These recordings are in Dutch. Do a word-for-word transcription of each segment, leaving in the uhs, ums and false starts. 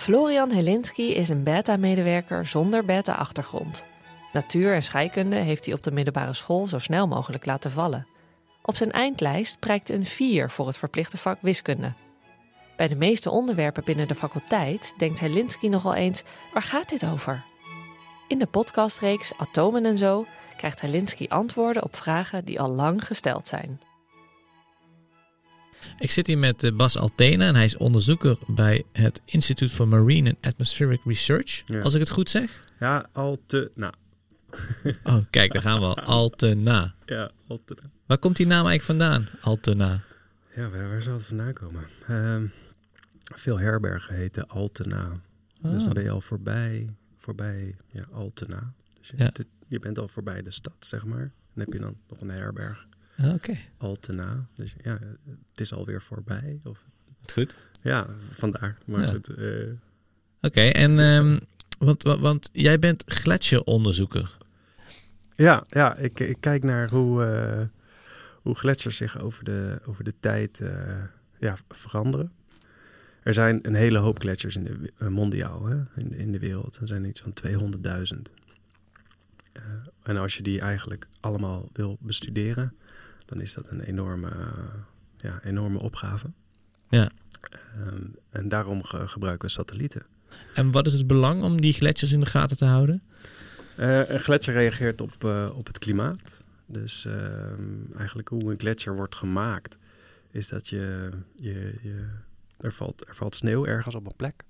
Florian Helinski is een beta-medewerker zonder beta-achtergrond. Natuur en scheikunde heeft hij op de middelbare school zo snel mogelijk laten vallen. Op zijn eindlijst prijkt een vier voor het verplichte vak wiskunde. Bij de meeste onderwerpen binnen de faculteit denkt Helinski nogal eens: waar gaat dit over? In de podcastreeks Atomen en zo krijgt Helinski antwoorden op vragen die al lang gesteld zijn. Ik zit hier met Bas Altena en hij is onderzoeker bij het Institute for Marine and Atmospheric Research. Ja. Als ik het goed zeg? Ja, Altena. Oh, kijk, daar gaan we al. Altena. Ja, Altena. Waar komt die naam eigenlijk vandaan, Altena? Ja, waar, waar zou het vandaan komen? Uh, veel herbergen heten Altena. Oh. Dus dan ben je al voorbij, voorbij ja, Altena. Dus je, ja. het, je bent al voorbij de stad, zeg maar. Dan heb je dan nog een herberg. Oké. Okay. Altena. Dus ja, het is alweer voorbij. Of... Goed. Ja, vandaar. Maar ja. uh... Oké, okay, en um, want, want, want jij bent gletsjeronderzoeker. Ja, ja ik, ik kijk naar hoe, uh, hoe gletsjers zich over de, over de tijd uh, ja, veranderen. Er zijn een hele hoop gletsjers in de, uh, mondiaal hè, in, in de wereld. Er zijn iets van tweehonderdduizend. Uh, en als je die eigenlijk allemaal wil bestuderen, dan is dat een enorme, uh, ja, enorme opgave. Ja. Um, en daarom ge- gebruiken we satellieten. En wat is het belang om die gletsjers in de gaten te houden? Uh, een gletsjer reageert op, uh, op het klimaat. Dus uh, eigenlijk hoe een gletsjer wordt gemaakt, is dat je, je, je er, valt, er valt sneeuw ergens op een plek.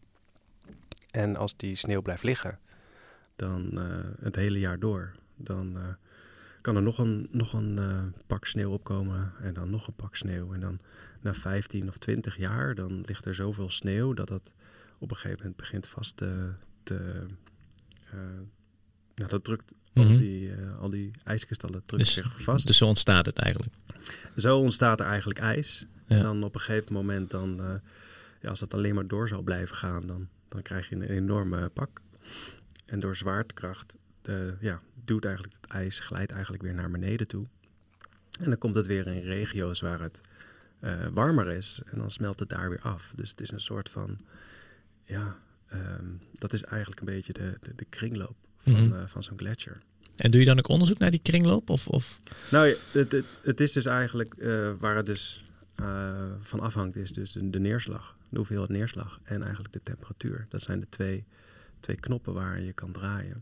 En als die sneeuw blijft liggen, dan uh, het hele jaar door, dan uh, kan er nog een, nog een uh, pak sneeuw opkomen en dan nog een pak sneeuw. En dan na vijftien of twintig jaar, dan ligt er zoveel sneeuw dat dat op een gegeven moment begint vast te... te uh, nou, dat drukt mm-hmm. al, die, uh, al die ijskristallen drukken dus, zich vast. Dus zo ontstaat het eigenlijk? Zo ontstaat er eigenlijk ijs. Ja. En dan op een gegeven moment, dan, uh, ja, als dat alleen maar door zou blijven gaan, dan, dan krijg je een enorme pak. En door zwaartekracht uh, ja, duwt eigenlijk het ijs, glijdt eigenlijk weer naar beneden toe. En dan komt het weer in regio's waar het uh, warmer is. En dan smelt het daar weer af. Dus het is een soort van, ja, um, dat is eigenlijk een beetje de, de, de kringloop van, mm-hmm. uh, van zo'n gletsjer. En doe je dan ook onderzoek naar die kringloop? Of, of? Nou, het, het, het is dus eigenlijk uh, waar het dus uh, van afhangt, is dus de, de neerslag. De hoeveelheid neerslag en eigenlijk de temperatuur. Dat zijn de twee, twee knoppen waar je kan draaien.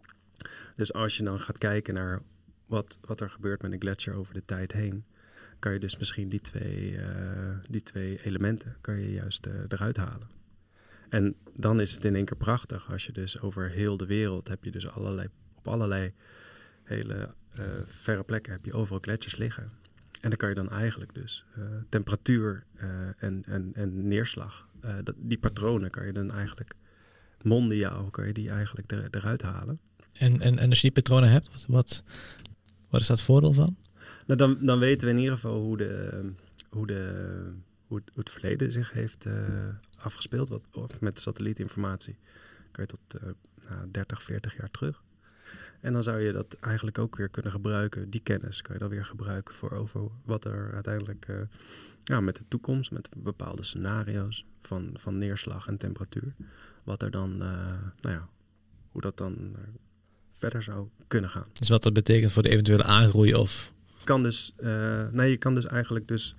Dus als je dan gaat kijken naar wat, wat er gebeurt met een gletsjer over de tijd heen, kan je dus misschien die twee, uh, die twee elementen kan je juist uh, eruit halen. En dan is het in één keer prachtig als je dus over heel de wereld heb je dus allerlei, op allerlei hele uh, verre plekken heb je overal gletsjers liggen. En dan kan je dan eigenlijk dus uh, temperatuur uh, en, en, en neerslag, uh, dat, die patronen kan je dan eigenlijk mondiaal, kan je die eigenlijk er, eruit halen. En, en, en als je die patronen hebt, wat, wat, wat is dat voordeel van? Nou, dan, dan weten we in ieder geval hoe, de, hoe, de, hoe, het, hoe het verleden zich heeft uh, afgespeeld. Wat, of met satellietinformatie kan je tot uh, nou, dertig, veertig jaar terug. En dan zou je dat eigenlijk ook weer kunnen gebruiken. Die kennis kan je dan weer gebruiken voor over wat er uiteindelijk uh, ja, met de toekomst, met bepaalde scenario's van, van neerslag en temperatuur. Wat er dan, uh, nou ja, hoe dat dan uh, verder zou kunnen gaan. Dus wat dat betekent voor de eventuele aangroei of... Kan dus, uh, nee, je kan dus eigenlijk dus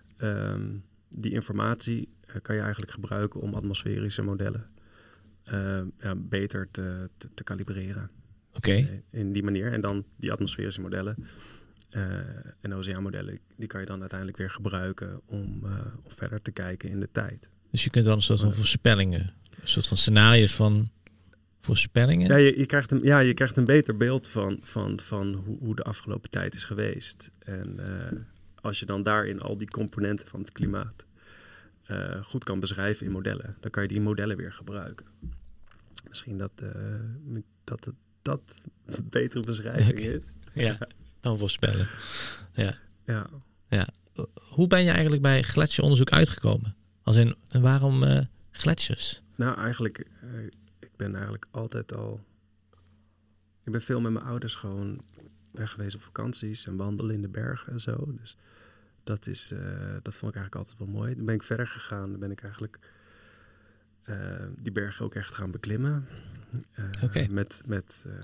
um, die informatie uh, kan je eigenlijk gebruiken om atmosferische modellen uh, ja, beter te, te, te kalibreren. Oké. Okay. In die manier. En dan die atmosferische modellen uh, en oceaanmodellen, die kan je dan uiteindelijk weer gebruiken om, uh, om verder te kijken in de tijd. Dus je kunt dan een soort van voorspellingen, een soort van scenario's van voorspellingen? Ja, je, je, krijgt een, ja, je krijgt een beter beeld van, van, van hoe, hoe de afgelopen tijd is geweest. En uh, als je dan daarin al die componenten van het klimaat uh, goed kan beschrijven in modellen, dan kan je die modellen weer gebruiken. Misschien dat, uh, dat het dat een betere beschrijving okay. is. Ja, dan voorspellen. Ja. Ja. Ja. Hoe ben je eigenlijk bij gletsjeronderzoek uitgekomen? Als in, en waarom uh, gletsjers? Nou, eigenlijk, uh, ik ben eigenlijk altijd al... Ik ben veel met mijn ouders gewoon weg geweest op vakanties en wandelen in de bergen en zo. Dus dat is, uh, dat vond ik eigenlijk altijd wel mooi. Dan ben ik verder gegaan. Dan ben ik eigenlijk uh, die berg ook echt gaan beklimmen. Uh, okay. Met, met uh,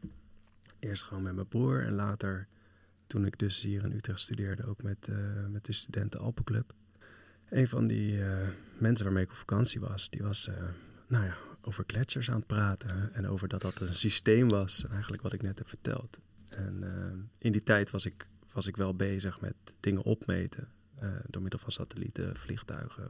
eerst gewoon met mijn broer en later, toen ik dus hier in Utrecht studeerde, ook met, uh, met de Studenten Alpenclub. Een van die uh, mensen waarmee ik op vakantie was, die was uh, nou ja, over gletsjers aan het praten. En over dat dat een systeem was, eigenlijk wat ik net heb verteld. En uh, in die tijd was ik, was ik wel bezig met dingen opmeten. Uh, door middel van satellieten, vliegtuigen.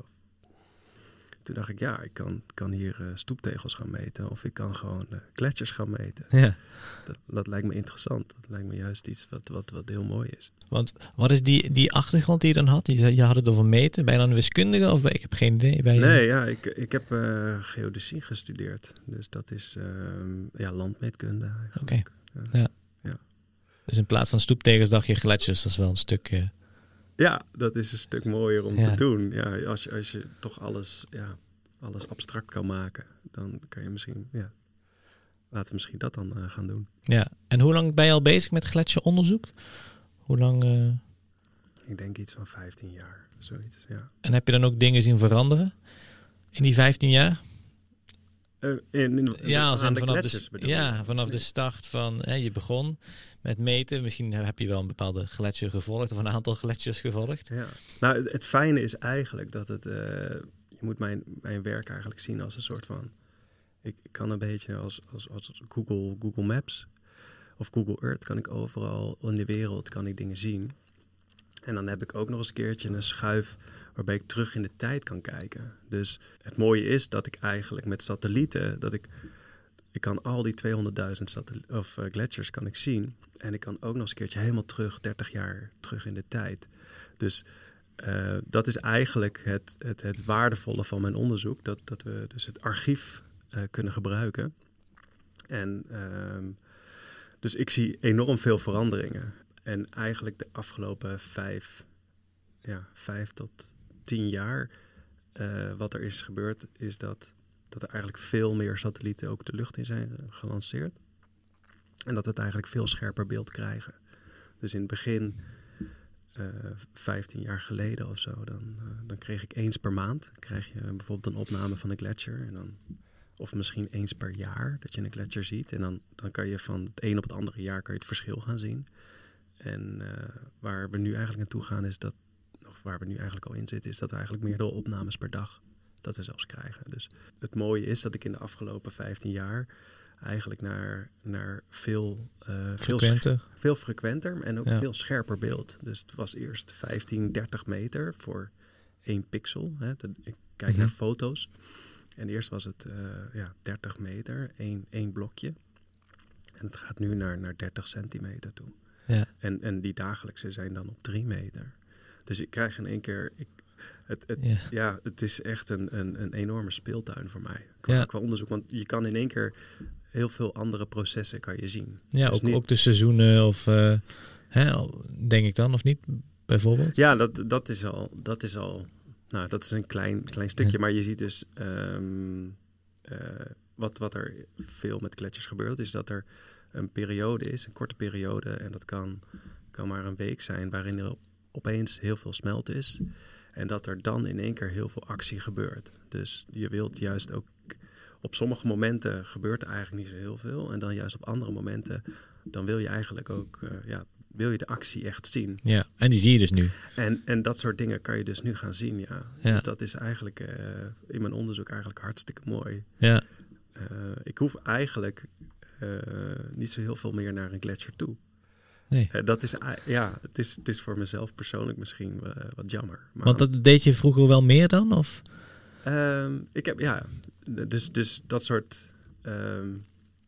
Toen dacht ik, ja, ik kan, kan hier uh, stoeptegels gaan meten. Of ik kan gewoon uh, gletsjers gaan meten. Ja. Dat, dat lijkt me interessant. Dat lijkt me juist iets wat, wat, wat heel mooi is. Want wat is die, die achtergrond die je dan had? Je, je had het over meten. Ben je dan een wiskundige of ben, ik heb geen idee? Ben je... Nee, ja, ik, ik heb uh, geodecie gestudeerd. Dus dat is uh, ja, landmeetkunde eigenlijk. Oké, okay. ja. ja. Dus in plaats van stoeptegels dacht je gletsjers. Dat is wel een stuk... Uh... Ja, dat is een stuk mooier om ja. te doen. Ja, als je, als je toch alles, ja, alles abstract kan maken, dan kan je misschien, ja, laten we misschien dat dan uh, gaan doen. Ja, en hoe lang ben je al bezig met gletsjeronderzoek? Hoe lang? Uh... Ik denk iets van vijftien jaar, zoiets, ja. En heb je dan ook dingen zien veranderen in die vijftien jaar? Uh, in, in de, ja, als aan in de vanaf, de, bedoel ja, vanaf nee. de start van, hè, je begon met meten. Misschien heb je wel een bepaalde gletsjer gevolgd of een aantal gletsjers gevolgd. Ja. Nou, het, het fijne is eigenlijk dat het, uh, je moet mijn, mijn werk eigenlijk zien als een soort van, ik, ik kan een beetje als, als, als Google, Google Maps of Google Earth kan ik overal in de wereld kan ik dingen zien. En dan heb ik ook nog eens een keertje een schuif waarbij ik terug in de tijd kan kijken. Dus het mooie is dat ik eigenlijk met satellieten, dat ik, ik kan al die tweehonderdduizend satelli- of uh, gletsjers kan ik zien. En ik kan ook nog eens een keertje helemaal terug, dertig jaar terug in de tijd. Dus uh, dat is eigenlijk het, het, het waardevolle van mijn onderzoek. Dat, dat we dus het archief uh, kunnen gebruiken. En uh, dus ik zie enorm veel veranderingen. En eigenlijk de afgelopen vijf, ja, vijf tot tien jaar, uh, wat er is gebeurd, is dat, dat er eigenlijk veel meer satellieten ook de lucht in zijn gelanceerd. En dat we het eigenlijk veel scherper beeld krijgen. Dus in het begin, uh, vijftien jaar geleden of zo, dan, uh, dan kreeg ik eens per maand, krijg je bijvoorbeeld een opname van een gletsjer. En dan, of misschien eens per jaar, dat je een gletsjer ziet. En dan, dan kan je van het een op het andere jaar kan je het verschil gaan zien. En uh, waar we nu eigenlijk naartoe gaan is dat, of waar we nu eigenlijk al in zitten, is dat we eigenlijk meerdere opnames per dag dat we zelfs krijgen. Dus het mooie is dat ik in de afgelopen vijftien jaar eigenlijk naar, naar veel, uh, veel, scher- veel frequenter en ook ja. veel scherper beeld. Dus het was eerst vijftien, dertig meter voor één pixel. Hè. De, ik kijk mm-hmm. naar foto's. En eerst was het uh, ja, dertig meter, één, één blokje. En het gaat nu naar, naar dertig centimeter toe. Ja. En, en die dagelijkse zijn dan op drie meter. Dus ik krijg in één keer... Ik, het, het, ja. ja, het is echt een, een, een enorme speeltuin voor mij. Qua, Ja. qua onderzoek. Want je kan in één keer heel veel andere processen kan je zien. Ja, dus ook, niet... ook de seizoenen of... Uh, hè, denk ik dan, of niet? Bijvoorbeeld? Ja, dat, dat is al... Dat is al nou, dat is een klein, klein stukje. Ja. Maar je ziet dus... Um, uh, wat, wat er veel met gletsjers gebeurt, is dat er een periode is, een korte periode, en dat kan, kan maar een week zijn, waarin er opeens heel veel smelt is. En dat er dan in één keer heel veel actie gebeurt. Dus je wilt juist ook... Op sommige momenten gebeurt er eigenlijk niet zo heel veel. En dan juist op andere momenten, dan wil je eigenlijk ook... Uh, ja, wil je de actie echt zien. Ja, en die zie je dus nu. En, en dat soort dingen kan je dus nu gaan zien, ja. ja. Dus dat is eigenlijk uh, in mijn onderzoek eigenlijk hartstikke mooi. Ja. Uh, ik hoef eigenlijk uh, niet zo heel veel meer naar een gletsjer toe. Nee. Uh, dat is, uh, ja, het is, het is voor mezelf persoonlijk misschien uh, wat jammer. Maar Want dat deed je vroeger wel meer dan? Of? Um, ik heb, ja, dus, dus dat soort... Um,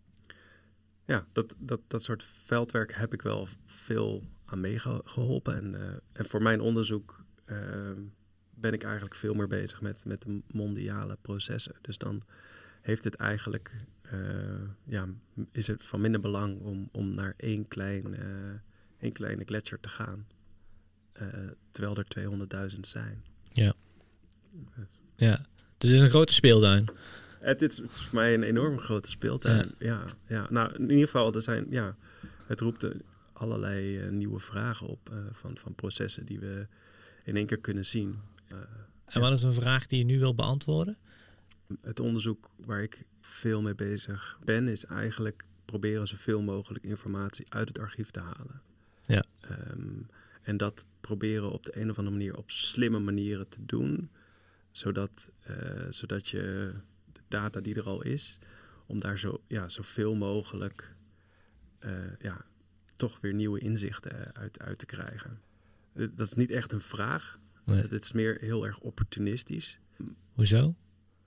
ja, dat, dat, dat soort veldwerk heb ik wel veel aan meegeholpen. En, uh, en voor mijn onderzoek uh, ben ik eigenlijk veel meer bezig met, met de mondiale processen. Dus dan heeft het eigenlijk, uh, ja, is het van minder belang om, om naar één, klein, uh, één kleine gletsjer te gaan. Uh, terwijl er tweehonderdduizend zijn. Ja. Dus. Ja, dus het is een grote speeltuin. Het is, het is voor mij een enorm grote speeltuin. Ja. Ja, ja. Nou, in ieder geval, er zijn, ja, het roept allerlei uh, nieuwe vragen op uh, van, van processen die we in één keer kunnen zien. Uh, en wat ja. is een vraag die je nu wil beantwoorden? Het onderzoek waar ik veel mee bezig ben, is eigenlijk proberen zoveel mogelijk informatie uit het archief te halen. Ja. Um, en dat proberen op de een of andere manier op slimme manieren te doen, zodat, uh, zodat je de data die er al is, om daar zo, ja, zoveel mogelijk uh, ja, toch weer nieuwe inzichten uit, uit te krijgen. Uh, dat is niet echt een vraag. Nee. Het is meer heel erg opportunistisch. Hoezo?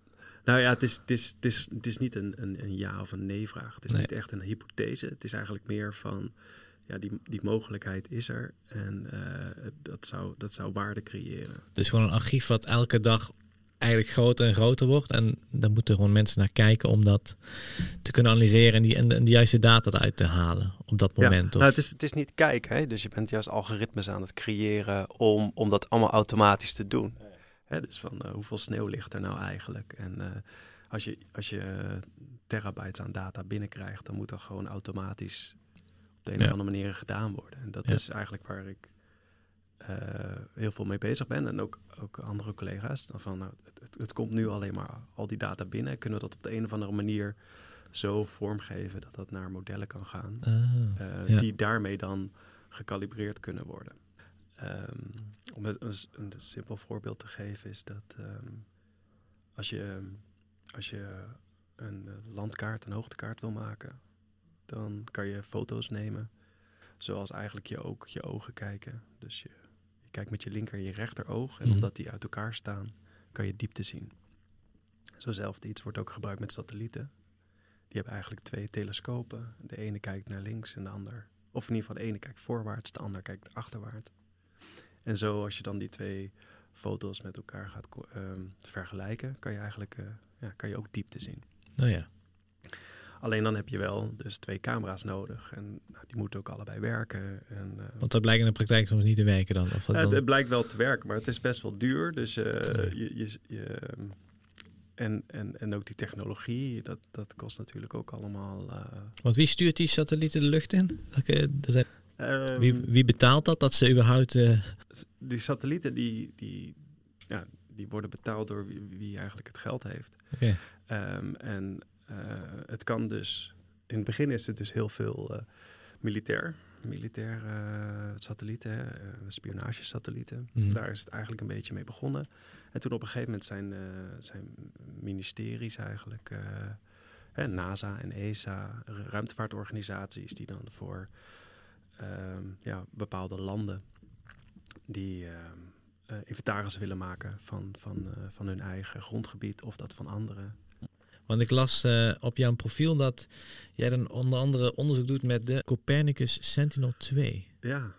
Nou ja, het is, het is, het is, het is niet een, een, een ja of een nee vraag. Het is nee. niet echt een hypothese. Het is eigenlijk meer van, ja, die, die mogelijkheid is er. En uh, dat, zou, dat zou waarde creëren. Dus gewoon een archief wat elke dag eigenlijk groter en groter wordt. En daar moeten gewoon mensen naar kijken om dat te kunnen analyseren en, die, en, de, en de juiste data eruit te halen op dat moment. Ja, of... nou, het, is, het is niet kijken, hè? Dus je bent juist algoritmes aan het creëren om, om dat allemaal automatisch te doen. Hè, dus van uh, hoeveel sneeuw ligt er nou eigenlijk? En uh, als je, als je uh, terabytes aan data binnenkrijgt, dan moet dat gewoon automatisch op de een ja. of andere manier gedaan worden. En dat ja. is eigenlijk waar ik uh, heel veel mee bezig ben. En ook, ook andere collega's. Dan van, nou, het, het, het komt nu alleen maar al die data binnen. Kunnen we dat op de een of andere manier zo vormgeven dat dat naar modellen kan gaan. Uh, uh, ja. Die daarmee dan gekalibreerd kunnen worden. Um, om een, een, een simpel voorbeeld te geven is dat um, als je, als je een landkaart, een hoogtekaart wil maken, dan kan je foto's nemen zoals eigenlijk je ook je ogen kijken. Dus je, je kijkt met je linker en je rechteroog en mm. omdat die uit elkaar staan, kan je diepte zien. Zo'zelfde iets wordt ook gebruikt met satellieten. Die hebben eigenlijk twee telescopen. De ene kijkt naar links en de ander, of in ieder geval de ene kijkt voorwaarts, de ander kijkt achterwaarts. En zo, als je dan die twee foto's met elkaar gaat um, vergelijken, kan je eigenlijk uh, ja, kan je ook diepte zien. Oh ja. Alleen dan heb je wel dus twee camera's nodig. En nou, die moeten ook allebei werken. En, uh, Want dat blijkt in de praktijk soms niet te werken dan? Of uh, dan... Het blijkt wel te werken, maar het is best wel duur. Dus uh, okay. je, je, je, en, en, en ook die technologie, dat, dat kost natuurlijk ook allemaal... Uh... Want wie stuurt die satellieten de lucht in? Okay, er zijn... Um, wie, wie betaalt dat, dat ze überhaupt... Uh... Die satellieten, die, die, ja, die worden betaald door wie, wie eigenlijk het geld heeft. Okay. Um, en uh, het kan dus... In het begin is het dus heel veel uh, militair. Militair uh, satellieten, uh, spionagesatellieten. Mm. Daar is het eigenlijk een beetje mee begonnen. En toen op een gegeven moment zijn, uh, zijn ministeries eigenlijk... Uh, hè, NASA en E S A, ruimtevaartorganisaties... die dan voor... Um, ja, bepaalde landen die uh, uh, inventaris willen maken van, van, uh, van hun eigen grondgebied of dat van anderen. Want ik las uh, op jouw profiel dat jij dan onder andere onderzoek doet met de Copernicus Sentinel twee. Ja,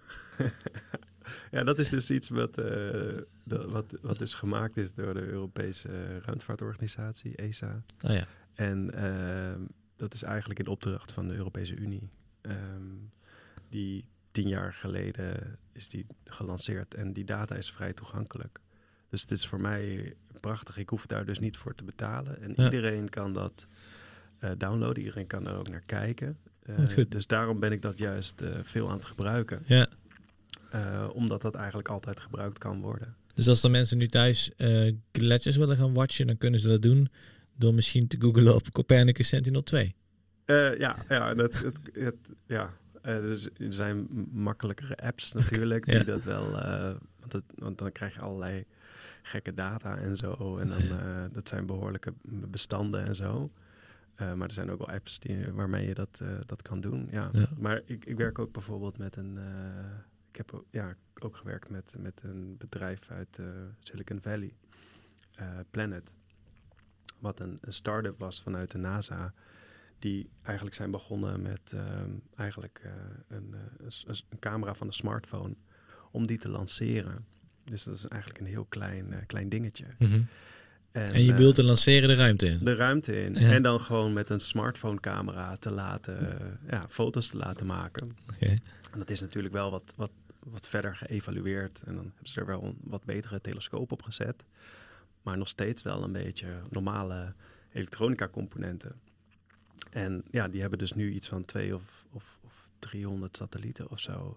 ja dat is dus iets wat, uh, dat, wat, wat dus gemaakt is door de Europese ruimtevaartorganisatie, E S A. Oh ja. En uh, dat is eigenlijk in opdracht van de Europese Unie. Um, Die tien jaar geleden is die gelanceerd en die data is vrij toegankelijk. Dus het is voor mij prachtig. Ik hoef daar dus niet voor te betalen. En ja. iedereen kan dat uh, downloaden. Iedereen kan er ook naar kijken. Uh, dus daarom ben ik dat juist uh, veel aan het gebruiken. Ja. Uh, omdat dat eigenlijk altijd gebruikt kan worden. Dus als er mensen nu thuis uh, gletsjers willen gaan watchen, dan kunnen ze dat doen door misschien te googlen op Copernicus Sentinel twee. Uh, ja, ja, het, het, het, ja. Uh, dus er zijn makkelijkere apps natuurlijk die ja. dat wel... Uh, want, het, want dan krijg je allerlei gekke data en zo. En dan, uh, dat zijn behoorlijke bestanden en zo. Uh, maar er zijn ook wel apps die, waarmee je dat, uh, dat kan doen. Ja. Ja. Maar ik, ik werk ook bijvoorbeeld met een... Uh, ik heb ook, ja, ook gewerkt met, met een bedrijf uit uh, Silicon Valley. Uh, Planet. Wat een, een start-up was vanuit de NASA... die eigenlijk zijn begonnen met uh, eigenlijk uh, een, uh, een camera van een smartphone... om die te lanceren. Dus dat is eigenlijk een heel klein, uh, klein dingetje. Mm-hmm. En, en je bedoelt te uh, lanceren de ruimte in? De ruimte in. Ja. En dan gewoon met een smartphone camera te laten... Uh, ja, foto's te laten maken. Okay. En dat is natuurlijk wel wat, wat, wat verder geëvalueerd. En dan hebben ze er wel een wat betere telescoop op gezet. Maar nog steeds wel een beetje normale elektronica componenten. En ja, die hebben dus nu iets van twee of, of, of driehonderd satellieten of zo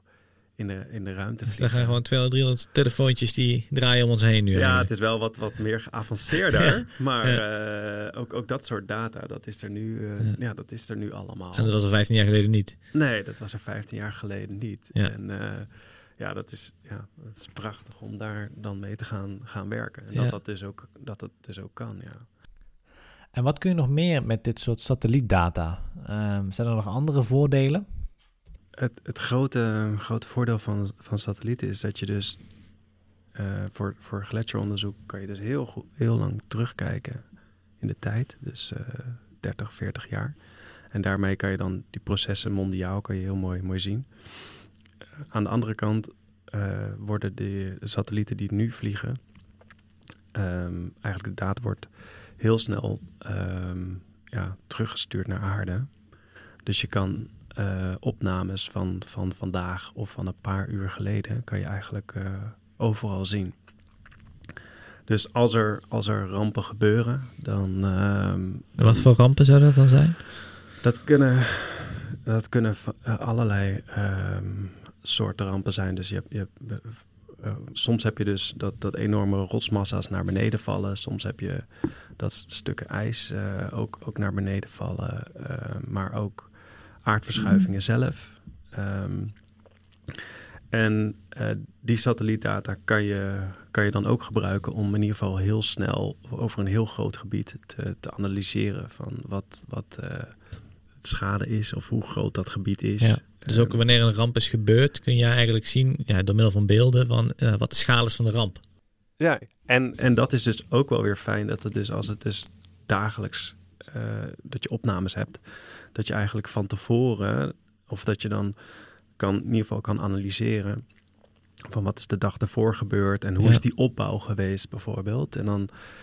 in de, in de ruimte Dus vliegen. daar gaan gewoon tweehonderd, driehonderd telefoontjes die draaien om ons heen nu. Ja, eigenlijk. het is wel wat, wat meer geavanceerder. ja. Maar Ja. uh, ook, ook dat soort data, dat is er nu, uh, ja. Ja, dat is er nu allemaal. En dat was er vijftien jaar geleden niet? Nee, dat was er vijftien jaar geleden niet. Ja. En uh, ja, dat is, ja, dat is prachtig om daar dan mee te gaan, gaan werken. En ja. dat, dat, dus ook, dat dat dus ook kan, ja. En wat kun je nog meer met dit soort satellietdata? Um, zijn er nog andere voordelen? Het, het grote, grote voordeel van, van satellieten is dat je dus uh, voor, voor gletsjeronderzoek kan je dus heel, goed, heel lang terugkijken in de tijd. Dus uh, dertig, veertig jaar. En daarmee kan je dan die processen mondiaal kan je heel mooi, mooi zien. Uh, aan de andere kant uh, worden de satellieten die nu vliegen, um, eigenlijk de data wordt heel snel um, ja, teruggestuurd naar aarde. Dus je kan uh, opnames van, van vandaag of van een paar uur geleden kan je eigenlijk uh, overal zien. Dus als er, als er rampen gebeuren, dan... Um, Wat voor rampen zou dat dan zijn? Dat kunnen, dat kunnen uh, allerlei um, soorten rampen zijn. Dus je hebt, je hebt, uh, soms heb je dus dat, dat enorme rotsmassa's naar beneden vallen. Soms heb je dat stukken ijs uh, ook, ook naar beneden vallen. Uh, maar ook aardverschuivingen mm. zelf. Um, en uh, die satellietdata kan je, kan je dan ook gebruiken om in ieder geval heel snel over een heel groot gebied te, te analyseren van wat, wat uh, het schade is of hoe groot dat gebied is. Ja, dus ook wanneer een ramp is gebeurd, kun je eigenlijk zien, ja, door middel van beelden, van uh, wat de schaal is van de ramp. Ja, en, en dat is dus ook wel weer fijn dat het dus als het dus dagelijks uh, dat je opnames hebt, dat je eigenlijk van tevoren, of dat je dan kan, in ieder geval kan analyseren van wat is de dag ervoor gebeurd en hoe ja. is die opbouw geweest bijvoorbeeld. En dan,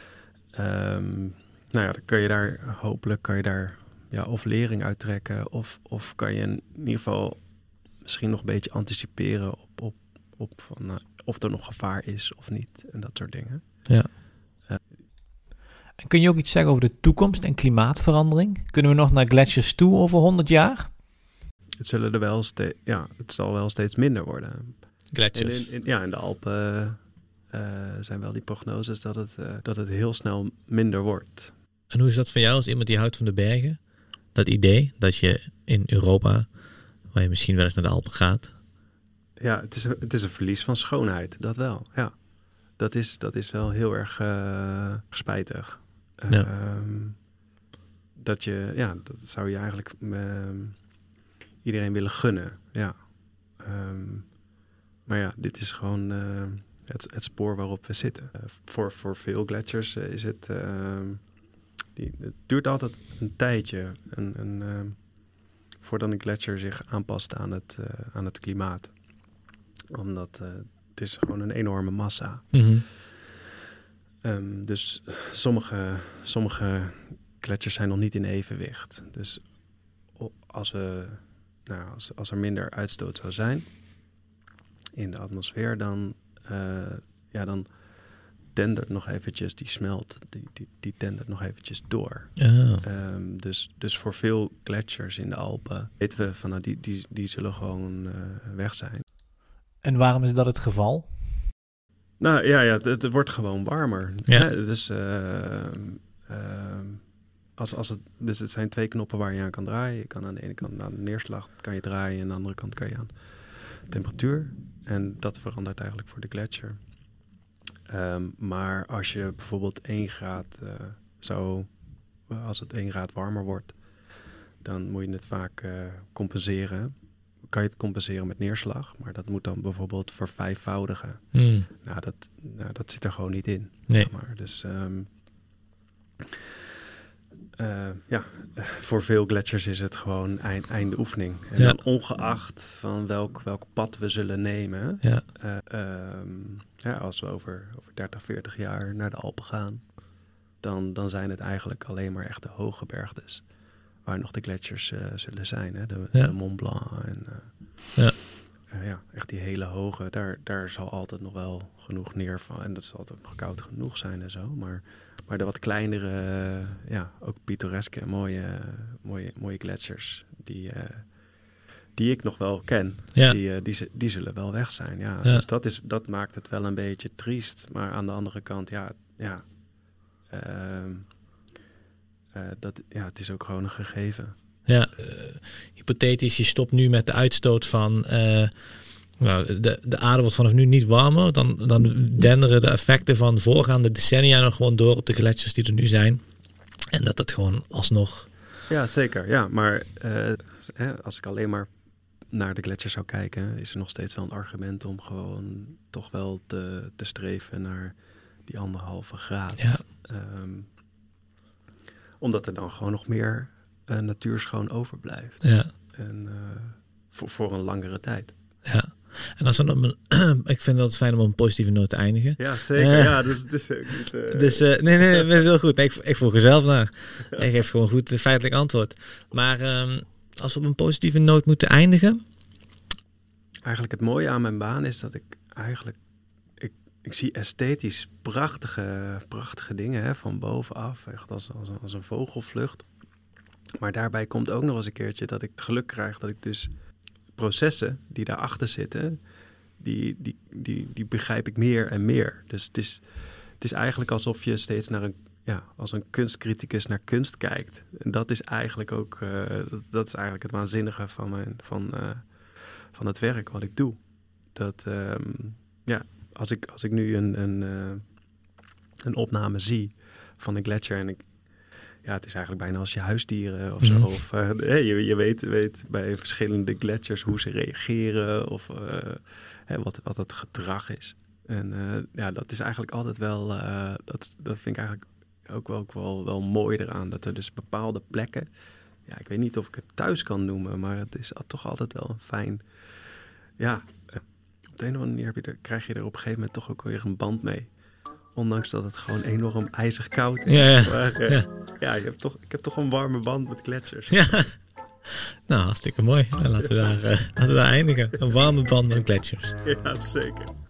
um, nou ja, dan kun je daar hopelijk kan je daar ja, of lering uit trekken of, of kan je in ieder geval misschien nog een beetje anticiperen op, op, op van, nou, of er nog gevaar is of niet en dat soort dingen. Ja. Uh. En kun je ook iets zeggen over de toekomst en klimaatverandering? Kunnen we nog naar gletsjers toe over honderd jaar? Het zullen er wel steeds, ja, het zal wel steeds minder worden. Gletsjers. In, in, ja, in de Alpen uh, zijn wel die prognoses dat het, uh, dat het heel snel minder wordt. En hoe is dat voor jou als iemand die houdt van de bergen? Dat idee dat je in Europa, waar je misschien wel eens naar de Alpen gaat. Ja, het is, een, het is een verlies van schoonheid, dat wel. Ja, dat is, dat is wel heel erg uh, spijtig. Ja. Uh, dat je, ja, dat zou je eigenlijk uh, iedereen willen gunnen. Ja. Um, maar ja, dit is gewoon uh, het, het spoor waarop we zitten. Uh, voor, voor veel gletsjers uh, is het... Uh, die, het duurt altijd een tijdje een, een, uh, voordat een gletsjer zich aanpast aan het, uh, aan het klimaat. Omdat uh, het is gewoon een enorme massa. Mm-hmm. Um, dus sommige, sommige gletsjers zijn nog niet in evenwicht. Dus als, we, nou, als, als er minder uitstoot zou zijn in de atmosfeer, dan, uh, ja, dan dendert nog eventjes, die smelt, die, die, die dendert nog eventjes door. Oh. Um, dus, dus voor veel gletsjers in de Alpen weten we van, nou, die, die, die zullen gewoon uh, weg zijn. En waarom is dat het geval? Nou ja, ja het, het wordt gewoon warmer. Ja. Hè? Dus, uh, uh, als, als het, dus het zijn twee knoppen waar je aan kan draaien. Je kan aan de ene kant aan de neerslag kan je draaien en aan de andere kant kan je aan temperatuur. En dat verandert eigenlijk voor de gletsjer. Um, maar als je bijvoorbeeld één graad uh, zou, als het één graad warmer wordt, dan moet je het vaak uh, compenseren. Kan je het compenseren met neerslag, maar dat moet dan bijvoorbeeld vervijfvoudigen. Mm. Nou, dat, nou, dat zit er gewoon niet in. Nee. Zeg maar. Dus um, uh, ja, voor veel gletsjers is het gewoon eind, einde oefening. En ja. dan ongeacht van welk, welk pad we zullen nemen. Ja. Uh, um, ja, als we over, over dertig, veertig jaar naar de Alpen gaan, dan, dan zijn het eigenlijk alleen maar echt de hoge bergtes waar nog de gletsjers uh, zullen zijn. Hè? De, ja. de Mont Blanc en uh, ja. Uh, ja, echt die hele hoge. Daar, daar zal altijd nog wel genoeg neer van. En dat zal ook nog koud genoeg zijn en zo. Maar, maar de wat kleinere, uh, ja, ook pittoreske en mooie, mooie, mooie gletsjers, die, uh, die ik nog wel ken, Ja. die, uh, die, die zullen wel weg zijn. Ja. Ja. Dus dat, is, dat maakt het wel een beetje triest. Maar aan de andere kant, ja, ja, uh, uh, dat, ja het is ook gewoon een gegeven. Ja, uh, hypothetisch, je stopt nu met de uitstoot van... Uh, nou, de, de aarde wordt vanaf nu niet warmer. Dan, dan denderen de effecten van voorgaande decennia nog gewoon door op de gletsjers die er nu zijn. En dat het gewoon alsnog... Ja, zeker. Ja, maar uh, hè, als ik alleen maar naar de gletsjers zou kijken, is er nog steeds wel een argument om gewoon toch wel te, te streven naar die anderhalve graad. Ja. Um, omdat er dan gewoon nog meer uh, natuurschoon overblijft. Ja. En uh, voor, voor een langere tijd. Ja. En als dan op een, ik vind het fijn om op een positieve noot te eindigen. Ja, zeker. Uh, ja, dus het is ook niet... Uh... Dus uh, nee, nee, dat is heel goed. Nee, ik, ik vroeg er zelf naar. Ja. Ik geef gewoon goed uh, feitelijk antwoord. Maar um, als we op een positieve noot moeten eindigen... Eigenlijk het mooie aan mijn baan is dat ik eigenlijk... Ik, ik zie esthetisch prachtige, prachtige dingen, hè, van bovenaf. Echt als, als, als een vogelvlucht. Maar daarbij komt ook nog eens een keertje dat ik het geluk krijg dat ik dus... processen die daarachter zitten, die, die, die, die begrijp ik meer en meer. Dus het is, het is eigenlijk alsof je steeds naar een, ja, als een kunstcriticus naar kunst kijkt. En dat is eigenlijk ook, uh, dat, dat is eigenlijk het waanzinnige van, mijn, van, uh, van het werk wat ik doe. Dat, um, ja, als ik, als ik nu een, een, uh, een opname zie van een gletsjer en ik, ja, het is eigenlijk bijna als je huisdieren of zo. Mm. Of, uh, hey, je je weet, weet bij verschillende gletsjers hoe ze reageren of uh, hè, wat, wat het gedrag is. En uh, ja, dat is eigenlijk altijd wel, uh, dat, dat vind ik eigenlijk ook wel, ook wel, wel mooi eraan. Dat er dus bepaalde plekken, ja, ik weet niet of ik het thuis kan noemen, maar het is toch altijd wel een fijn, ja, uh, op de een of andere manier heb je er, krijg je er op een gegeven moment toch ook weer een band mee. Ondanks dat het gewoon enorm ijzig koud is. Ja, ja. Maar uh, ja. ja, je hebt toch, ik heb toch een warme band met gletsjers. Ja. Nou, hartstikke mooi. Laten we daar, uh, laten we daar eindigen. Een warme band met gletsjers. Ja, zeker.